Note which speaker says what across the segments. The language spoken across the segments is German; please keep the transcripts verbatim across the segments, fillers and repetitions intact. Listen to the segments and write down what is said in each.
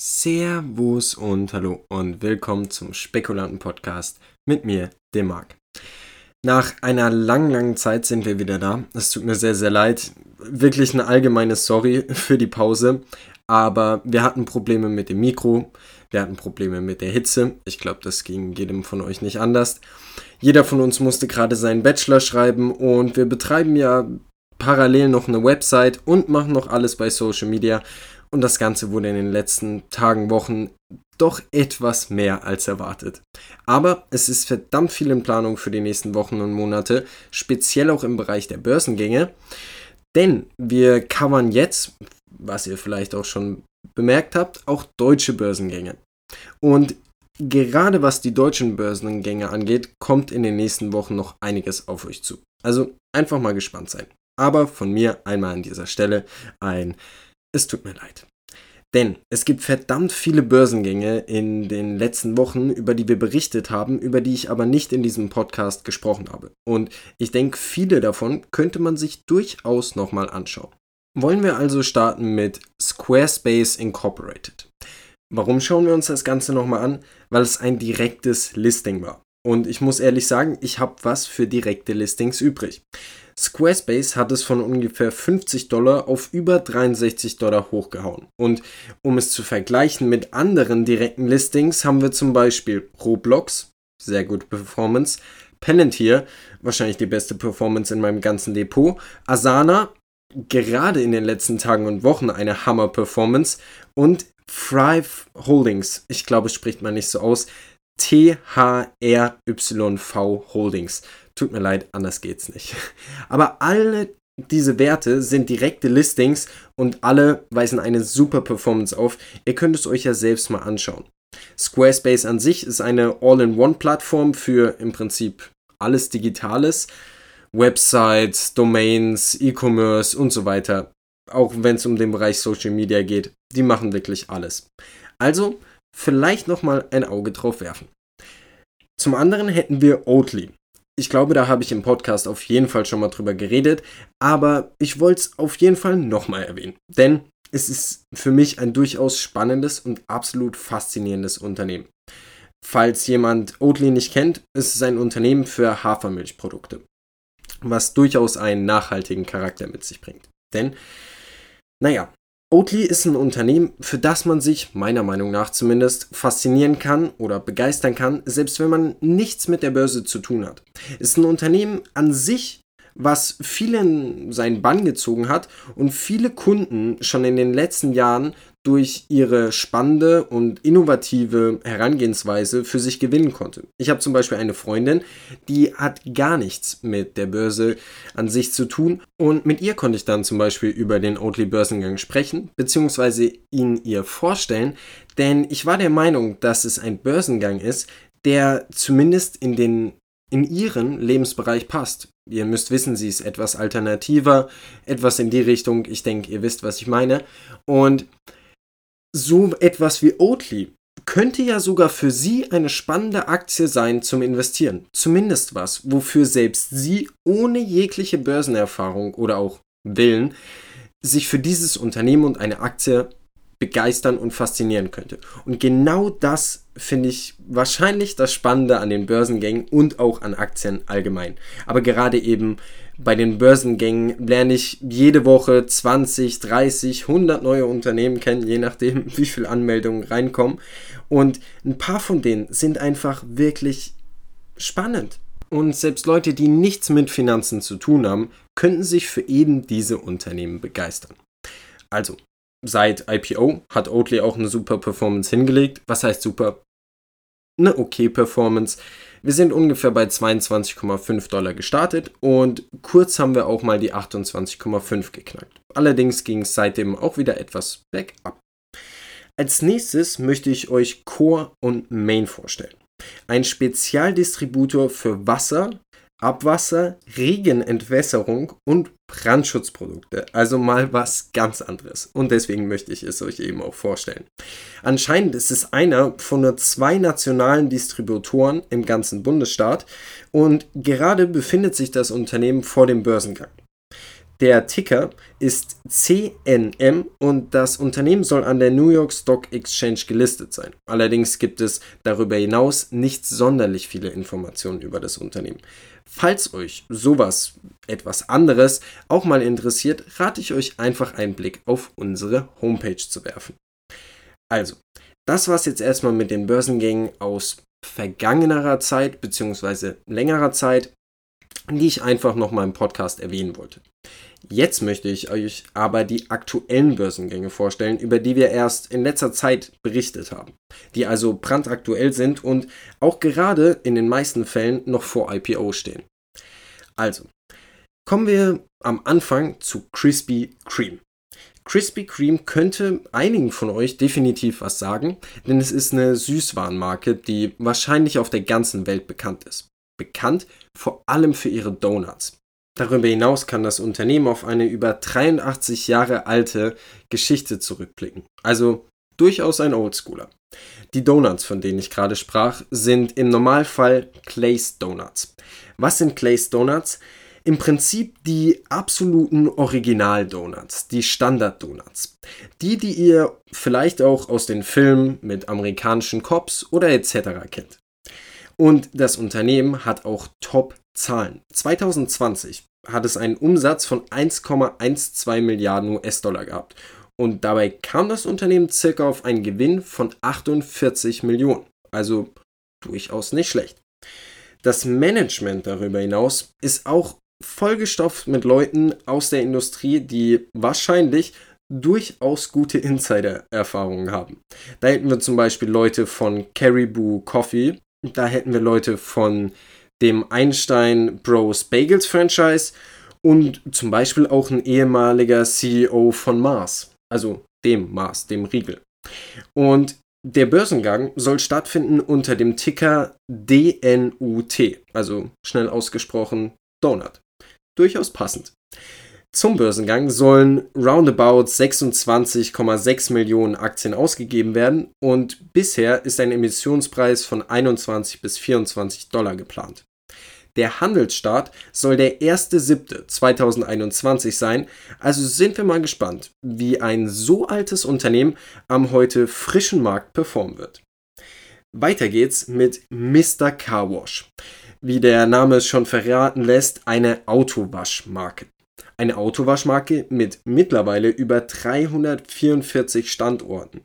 Speaker 1: Servus und hallo und willkommen zum Spekulanten-Podcast mit mir, dem Marc. Nach einer langen, langen Zeit sind wir wieder da. Es tut mir sehr, sehr leid. Wirklich eine allgemeine Sorry für die Pause. Aber wir hatten Probleme mit dem Mikro. Wir hatten Probleme mit der Hitze. Ich glaube, das ging jedem von euch nicht anders. Jeder von uns musste gerade seinen Bachelor schreiben und wir betreiben ja parallel noch eine Website und machen noch alles bei Social Media. Und das Ganze wurde in den letzten Tagen, Wochen doch etwas mehr als erwartet. Aber es ist verdammt viel in Planung für die nächsten Wochen und Monate, speziell auch im Bereich der Börsengänge. Denn wir covern jetzt, was ihr vielleicht auch schon bemerkt habt, auch deutsche Börsengänge. Und gerade was die deutschen Börsengänge angeht, kommt in den nächsten Wochen noch einiges auf euch zu. Also einfach mal gespannt sein. Aber von mir einmal an dieser Stelle ein Es tut mir leid. Denn es gibt verdammt viele Börsengänge in den letzten Wochen, über die wir berichtet haben, über die ich aber nicht in diesem Podcast gesprochen habe. Und ich denke, viele davon könnte man sich durchaus nochmal anschauen. Wollen wir also starten mit Squarespace Incorporated. Warum schauen wir uns das Ganze nochmal an? Weil es ein direktes Listing war. Und ich muss ehrlich sagen, ich habe was für direkte Listings übrig. Squarespace hat es von ungefähr fünfzig Dollar auf über dreiundsechzig Dollar hochgehauen. Und um es zu vergleichen mit anderen direkten Listings, haben wir zum Beispiel Roblox, sehr gute Performance, Palantir, wahrscheinlich die beste Performance in meinem ganzen Depot, Asana, gerade in den letzten Tagen und Wochen eine Hammer-Performance und Thrive Holdings, ich glaube, es spricht man nicht so aus, T H R Y V Holdings. Tut mir leid, anders geht's nicht. Aber alle diese Werte sind direkte Listings und alle weisen eine super Performance auf. Ihr könnt es euch ja selbst mal anschauen. Squarespace an sich ist eine All-in-One-Plattform für im Prinzip alles Digitales. Websites, Domains, E-Commerce und so weiter. Auch wenn es um den Bereich Social Media geht. Die machen wirklich alles. Also vielleicht nochmal ein Auge drauf werfen. Zum anderen hätten wir Oatly. Ich glaube, da habe ich im Podcast auf jeden Fall schon mal drüber geredet, aber ich wollte es auf jeden Fall nochmal erwähnen, denn es ist für mich ein durchaus spannendes und absolut faszinierendes Unternehmen. Falls jemand Oatly nicht kennt, ist es ein Unternehmen für Hafermilchprodukte, was durchaus einen nachhaltigen Charakter mit sich bringt. Denn, naja, Oatly ist ein Unternehmen, für das man sich, meiner Meinung nach zumindest, faszinieren kann oder begeistern kann, selbst wenn man nichts mit der Börse zu tun hat. Es ist ein Unternehmen an sich, was vielen seinen Bann gezogen hat und viele Kunden schon in den letzten Jahren durch ihre spannende und innovative Herangehensweise für sich gewinnen konnte. Ich habe zum Beispiel eine Freundin, die hat gar nichts mit der Börse an sich zu tun und mit ihr konnte ich dann zum Beispiel über den Oatly Börsengang sprechen, beziehungsweise ihn ihr vorstellen, denn ich war der Meinung, dass es ein Börsengang ist, der zumindest in den in ihren Lebensbereich passt. Ihr müsst wissen, sie ist etwas alternativer, etwas in die Richtung, ich denke, ihr wisst, was ich meine. Und so etwas wie Oatly könnte ja sogar für sie eine spannende Aktie sein zum Investieren. Zumindest was, wofür selbst sie ohne jegliche Börsenerfahrung oder auch Willen sich für dieses Unternehmen und eine Aktie begeistern und faszinieren könnte. Und genau das finde ich wahrscheinlich das Spannende an den Börsengängen und auch an Aktien allgemein. Aber gerade eben bei den Börsengängen lerne ich jede Woche zwanzig, dreißig, hundert neue Unternehmen kennen, je nachdem, wie viele Anmeldungen reinkommen. Und ein paar von denen sind einfach wirklich spannend. Und selbst Leute, die nichts mit Finanzen zu tun haben, könnten sich für eben diese Unternehmen begeistern. Also, seit I P O hat Oatly auch eine super Performance hingelegt. Was heißt super? Eine okay Performance. Wir sind ungefähr bei zweiundzwanzig Komma fünf Dollar gestartet und kurz haben wir auch mal die achtundzwanzig Komma fünf geknackt. Allerdings ging es seitdem auch wieder etwas bergab. Als nächstes möchte ich euch Core und Main vorstellen. Ein Spezialdistributor für Wasser, Abwasser, Regenentwässerung und Brandschutzprodukte. Also mal was ganz anderes. Und deswegen möchte ich es euch eben auch vorstellen. Anscheinend ist es einer von nur zwei nationalen Distributoren im ganzen Bundesstaat und gerade befindet sich das Unternehmen vor dem Börsengang. Der Ticker ist C N M und das Unternehmen soll an der New York Stock Exchange gelistet sein. Allerdings gibt es darüber hinaus nicht sonderlich viele Informationen über das Unternehmen. Falls euch sowas, etwas anderes auch mal interessiert, rate ich euch einfach einen Blick auf unsere Homepage zu werfen. Also, das war's jetzt erstmal mit den Börsengängen aus vergangenerer Zeit bzw. längerer Zeit, die ich einfach noch mal im Podcast erwähnen wollte. Jetzt möchte ich euch aber die aktuellen Börsengänge vorstellen, über die wir erst in letzter Zeit berichtet haben, die also brandaktuell sind und auch gerade in den meisten Fällen noch vor I P O stehen. Also, kommen wir am Anfang zu Krispy Kreme. Krispy Kreme könnte einigen von euch definitiv was sagen, denn es ist eine Süßwarenmarke, die wahrscheinlich auf der ganzen Welt bekannt ist. Bekannt vor allem für ihre Donuts. Darüber hinaus kann das Unternehmen auf eine über dreiundachtzig Jahre alte Geschichte zurückblicken. Also durchaus ein Oldschooler. Die Donuts, von denen ich gerade sprach, sind im Normalfall Glazed Donuts. Was sind Glazed Donuts? Im Prinzip die absoluten Original-Donuts, die Standard-Donuts. Die, die ihr vielleicht auch aus den Filmen mit amerikanischen Cops oder et cetera kennt. Und das Unternehmen hat auch Top-Zahlen. zwanzig zwanzig hat es einen Umsatz von eins Komma zwölf Milliarden U S-Dollar gehabt. Und dabei kam das Unternehmen circa auf einen Gewinn von achtundvierzig Millionen. Also durchaus nicht schlecht. Das Management darüber hinaus ist auch vollgestopft mit Leuten aus der Industrie, die wahrscheinlich durchaus gute Insider-Erfahrungen haben. Da hätten wir zum Beispiel Leute von Caribou Coffee, da hätten wir Leute von dem Einstein Bros Bagels Franchise und zum Beispiel auch ein ehemaliger C E O von Mars, also dem Mars, dem Riegel. Und der Börsengang soll stattfinden unter dem Ticker D N U T, also schnell ausgesprochen Donut. Durchaus passend. Zum Börsengang sollen roundabout sechsundzwanzig Komma sechs Millionen Aktien ausgegeben werden und bisher ist ein Emissionspreis von einundzwanzig bis vierundzwanzig Dollar geplant. Der Handelsstart soll der erster siebter zweitausendeinundzwanzig sein, also sind wir mal gespannt, wie ein so altes Unternehmen am heute frischen Markt performen wird. Weiter geht's mit Mister Car Wash. Wie der Name es schon verraten lässt, eine Autowaschmarke. Eine Autowaschmarke mit mittlerweile über dreihundertvierundvierzig Standorten.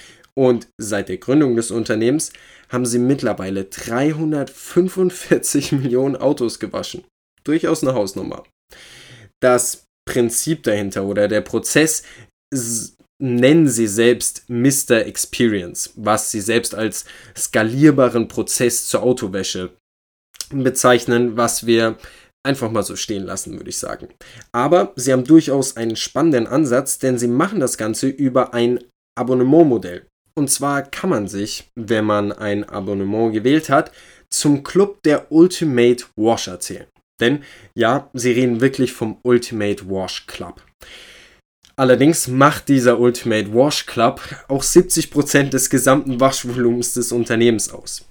Speaker 1: Und seit der Gründung des Unternehmens haben sie mittlerweile dreihundertfünfundvierzig Millionen Autos gewaschen. Durchaus eine Hausnummer. Das Prinzip dahinter oder der Prozess nennen sie selbst Mister Experience, was sie selbst als skalierbaren Prozess zur Autowäsche bezeichnen, was wir einfach mal so stehen lassen, würde ich sagen. Aber sie haben durchaus einen spannenden Ansatz, denn sie machen das Ganze über ein Abonnementmodell. Und zwar kann man sich, wenn man ein Abonnement gewählt hat, zum Club der Ultimate Washer zählen. Denn ja, sie reden wirklich vom Ultimate Wash Club. Allerdings macht dieser Ultimate Wash Club auch siebzig Prozent des gesamten Waschvolumens des Unternehmens aus.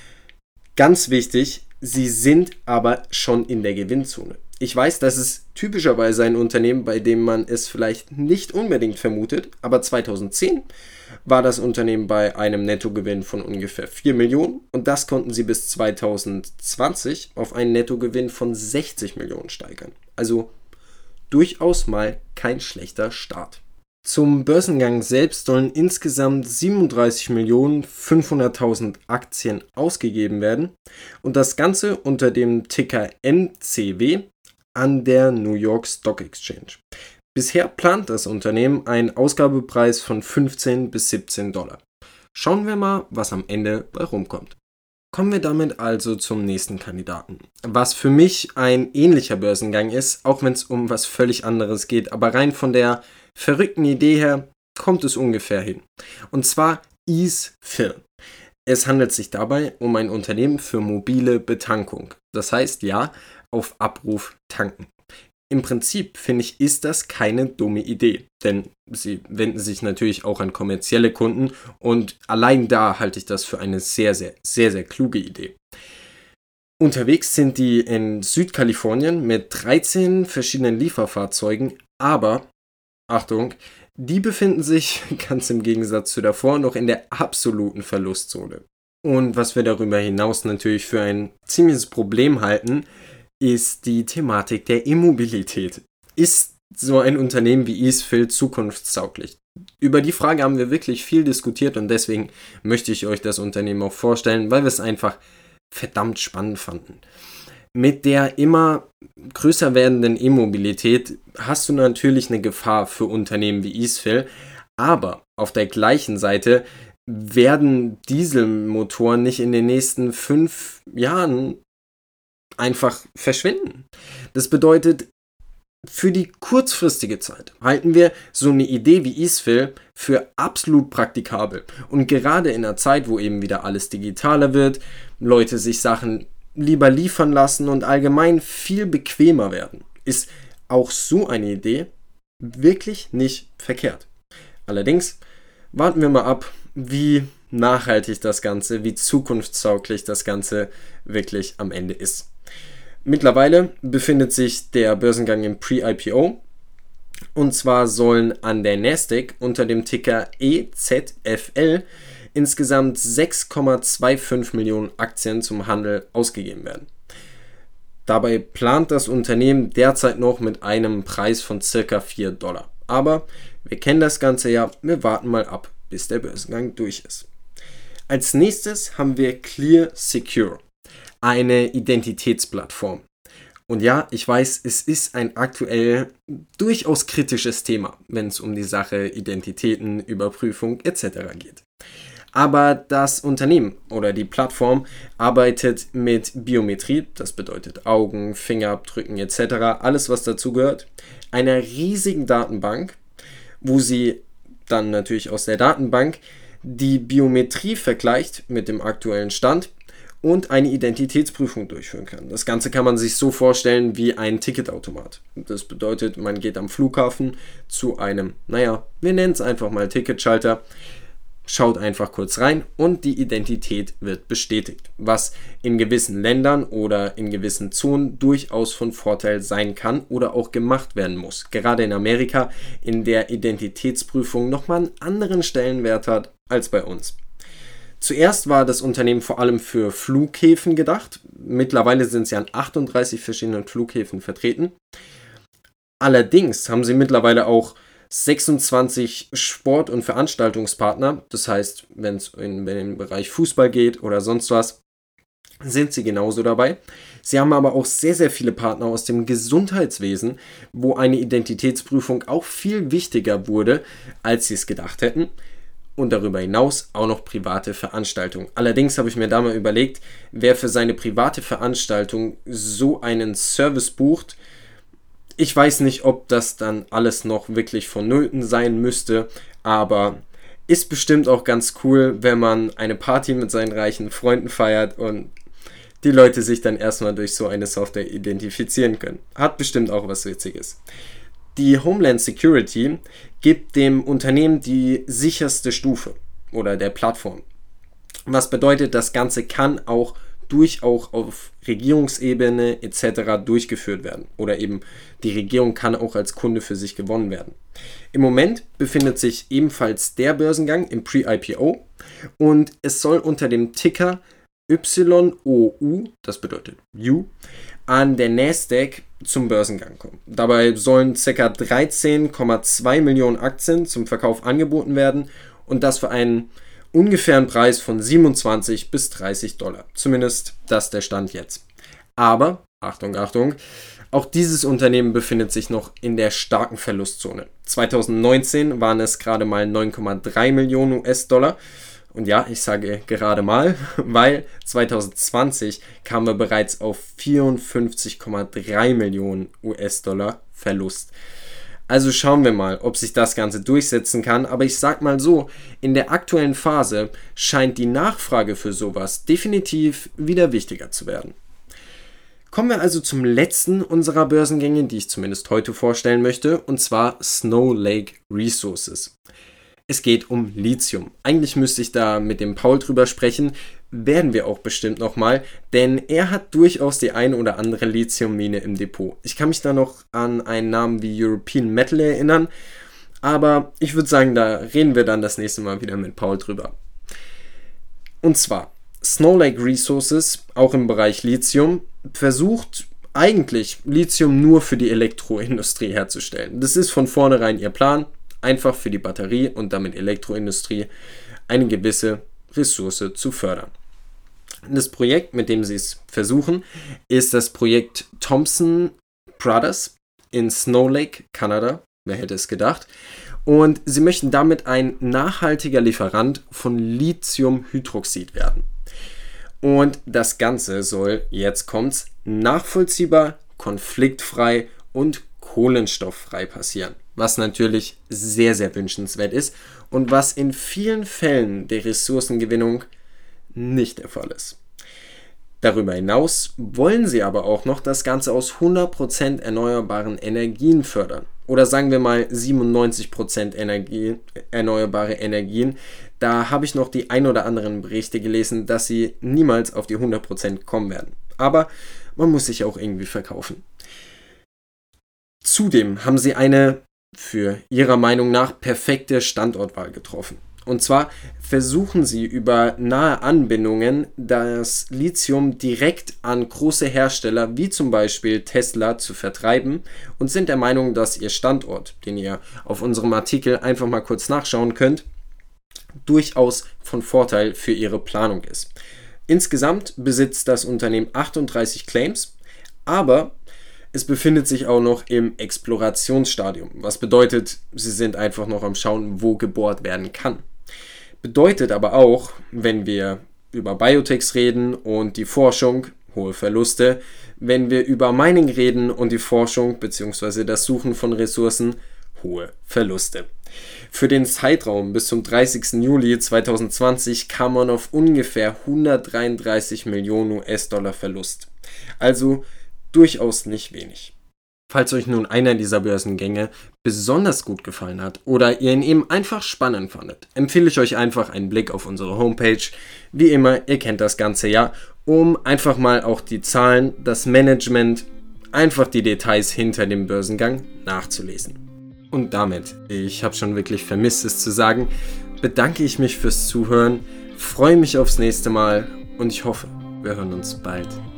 Speaker 1: Ganz wichtig, sie sind aber schon in der Gewinnzone. Ich weiß, das ist typischerweise ein Unternehmen, bei dem man es vielleicht nicht unbedingt vermutet, aber zweitausendzehn war das Unternehmen bei einem Nettogewinn von ungefähr vier Millionen und das konnten sie bis zweitausendzwanzig auf einen Nettogewinn von sechzig Millionen steigern. Also durchaus mal kein schlechter Start. Zum Börsengang selbst sollen insgesamt siebenunddreißig Millionen fünfhunderttausend Aktien ausgegeben werden und das Ganze unter dem Ticker N C W an der New York Stock Exchange. Bisher plant das Unternehmen einen Ausgabepreis von fünfzehn bis siebzehn Dollar. Schauen wir mal, was am Ende bei rumkommt. Kommen wir damit also zum nächsten Kandidaten. Was für mich ein ähnlicher Börsengang ist, auch wenn es um was völlig anderes geht, aber rein von der verrückten Idee her kommt es ungefähr hin. Und zwar EaseFill. Es handelt sich dabei um ein Unternehmen für mobile Betankung. Das heißt, ja, auf Abruf tanken. Im Prinzip, finde ich, ist das keine dumme Idee, denn sie wenden sich natürlich auch an kommerzielle Kunden und allein da halte ich das für eine sehr, sehr, sehr, sehr kluge Idee. Unterwegs sind die in Südkalifornien mit dreizehn verschiedenen Lieferfahrzeugen, aber, Achtung, die befinden sich, ganz im Gegensatz zu davor, noch in der absoluten Verlustzone. Und was wir darüber hinaus natürlich für ein ziemliches Problem halten, ist die Thematik der E-Mobilität. Ist so ein Unternehmen wie Easefil zukunftstauglich? Über die Frage haben wir wirklich viel diskutiert und deswegen möchte ich euch das Unternehmen auch vorstellen, weil wir es einfach verdammt spannend fanden. Mit der immer größer werdenden E-Mobilität hast du natürlich eine Gefahr für Unternehmen wie Easefil, aber auf der gleichen Seite werden Dieselmotoren nicht in den nächsten fünf Jahren einfach verschwinden. Das bedeutet, für die kurzfristige Zeit halten wir so eine Idee wie Easefil für absolut praktikabel. Und gerade in einer Zeit, wo eben wieder alles digitaler wird, Leute sich Sachen lieber liefern lassen und allgemein viel bequemer werden, ist auch so eine Idee wirklich nicht verkehrt. Allerdings warten wir mal ab, wie nachhaltig das Ganze, wie zukunftstauglich das Ganze wirklich am Ende ist. Mittlerweile befindet sich der Börsengang im Pre-I P O und zwar sollen an der Nasdaq unter dem Ticker E Z F L insgesamt sechs Komma fünfundzwanzig Millionen Aktien zum Handel ausgegeben werden. Dabei plant das Unternehmen derzeit noch mit einem Preis von ca. vier Dollar. Aber wir kennen das Ganze ja, wir warten mal ab, bis der Börsengang durch ist. Als nächstes haben wir Clear Secure, eine Identitätsplattform. Und ja, ich weiß, es ist ein aktuell durchaus kritisches Thema, wenn es um die Sache Identitäten, Überprüfung et cetera geht. Aber das Unternehmen oder die Plattform arbeitet mit Biometrie, das bedeutet Augen, Fingerabdrücken et cetera, alles was dazu gehört, einer riesigen Datenbank, wo sie dann natürlich aus der Datenbank die Biometrie vergleicht mit dem aktuellen Stand und eine Identitätsprüfung durchführen kann. Das Ganze kann man sich so vorstellen wie ein Ticketautomat. Das bedeutet, man geht am Flughafen zu einem, naja, wir nennen es einfach mal Ticketschalter, schaut einfach kurz rein und die Identität wird bestätigt, was in gewissen Ländern oder in gewissen Zonen durchaus von Vorteil sein kann oder auch gemacht werden muss. Gerade in Amerika, in der Identitätsprüfung nochmal einen anderen Stellenwert hat als bei uns. Zuerst war das Unternehmen vor allem für Flughäfen gedacht. Mittlerweile sind sie an achtunddreißig verschiedenen Flughäfen vertreten. Allerdings haben sie mittlerweile auch sechsundzwanzig Sport- und Veranstaltungspartner. Das heißt, wenn es in, in den Bereich Fußball geht oder sonst was, sind sie genauso dabei. Sie haben aber auch sehr, sehr viele Partner aus dem Gesundheitswesen, wo eine Identitätsprüfung auch viel wichtiger wurde, als sie es gedacht hätten. Und darüber hinaus auch noch private Veranstaltungen. Allerdings habe ich mir da mal überlegt, wer für seine private Veranstaltung so einen Service bucht. Ich weiß nicht, ob das dann alles noch wirklich vonnöten sein müsste, aber ist bestimmt auch ganz cool, wenn man eine Party mit seinen reichen Freunden feiert und die Leute sich dann erstmal durch so eine Software identifizieren können. Hat bestimmt auch was Witziges. Die Homeland Security gibt dem Unternehmen die sicherste Stufe oder der Plattform. Was bedeutet, das Ganze kann auch durchaus auf Regierungsebene et cetera durchgeführt werden. Oder eben die Regierung kann auch als Kunde für sich gewonnen werden. Im Moment befindet sich ebenfalls der Börsengang im Pre-I P O und es soll unter dem Ticker Y O U, das bedeutet U, an der Nasdaq zum Börsengang kommen. Dabei sollen ca. dreizehn Komma zwei Millionen Aktien zum Verkauf angeboten werden und das für einen ungefähren Preis von siebenundzwanzig bis dreißig Dollar. Zumindest das der Stand jetzt. Aber, Achtung, Achtung, auch dieses Unternehmen befindet sich noch in der starken Verlustzone. zwanzig neunzehn waren es gerade mal neun Komma drei Millionen U S-Dollar. Und ja, ich sage gerade mal, weil zwanzig zwanzig kamen wir bereits auf vierundfünfzig Komma drei Millionen U S-Dollar Verlust. Also schauen wir mal, ob sich das Ganze durchsetzen kann. Aber ich sag mal so, in der aktuellen Phase scheint die Nachfrage für sowas definitiv wieder wichtiger zu werden. Kommen wir also zum letzten unserer Börsengänge, die ich zumindest heute vorstellen möchte, und zwar Snow Lake Resources. Es geht um Lithium. Eigentlich müsste ich da mit dem Paul drüber sprechen. werden wir auch bestimmt nochmal, denn er hat durchaus die ein oder andere Lithiummine im Depot. Ich kann mich da noch an einen Namen wie European Metal erinnern, aber ich würde sagen, da reden wir dann das nächste Mal wieder mit Paul drüber. Und zwar, Snow Lake Resources, auch im Bereich Lithium, versucht eigentlich Lithium nur für die Elektroindustrie herzustellen. Das ist von vornherein ihr Plan, einfach für die Batterie und damit Elektroindustrie eine gewisse Ressource zu fördern. Das Projekt, mit dem sie es versuchen, ist das Projekt Thompson Brothers in Snow Lake, Kanada. Wer hätte es gedacht? Und sie möchten damit ein nachhaltiger Lieferant von Lithiumhydroxid werden. Und das Ganze soll, jetzt kommt's, nachvollziehbar, konfliktfrei und kohlenstofffrei passieren. Was natürlich sehr, sehr wünschenswert ist und was in vielen Fällen der Ressourcengewinnung nicht der Fall ist. Darüber hinaus wollen sie aber auch noch das Ganze aus hundert Prozent erneuerbaren Energien fördern. Oder sagen wir mal siebenundneunzig Prozent Energie, erneuerbare Energien. Da habe ich noch die ein oder anderen Berichte gelesen, dass sie niemals auf die hundert Prozent kommen werden. Aber man muss sich auch irgendwie verkaufen. Zudem haben sie eine, für ihrer Meinung nach, perfekte Standortwahl getroffen. Und zwar versuchen sie über nahe Anbindungen das Lithium direkt an große Hersteller wie zum Beispiel Tesla zu vertreiben und sind der Meinung, dass ihr Standort, den ihr auf unserem Artikel einfach mal kurz nachschauen könnt, durchaus von Vorteil für ihre Planung ist. Insgesamt besitzt das Unternehmen achtunddreißig Claims, aber es befindet sich auch noch im Explorationsstadium, was bedeutet, sie sind einfach noch am Schauen, wo gebohrt werden kann. Bedeutet aber auch, wenn wir über Biotechs reden und die Forschung, hohe Verluste, wenn wir über Mining reden und die Forschung bzw. das Suchen von Ressourcen, hohe Verluste. Für den Zeitraum bis zum dreißigsten Juli zweitausendzwanzig kam man auf ungefähr hundertdreiunddreißig Millionen U S-Dollar Verlust. Also durchaus nicht wenig. Falls euch nun einer dieser Börsengänge besonders gut gefallen hat oder ihr ihn eben einfach spannend fandet, empfehle ich euch einfach einen Blick auf unsere Homepage. Wie immer, ihr kennt das Ganze ja, um einfach mal auch die Zahlen, das Management, einfach die Details hinter dem Börsengang nachzulesen. Und damit, ich habe schon wirklich vermisst es zu sagen, bedanke ich mich fürs Zuhören, freue mich aufs nächste Mal und ich hoffe, wir hören uns bald.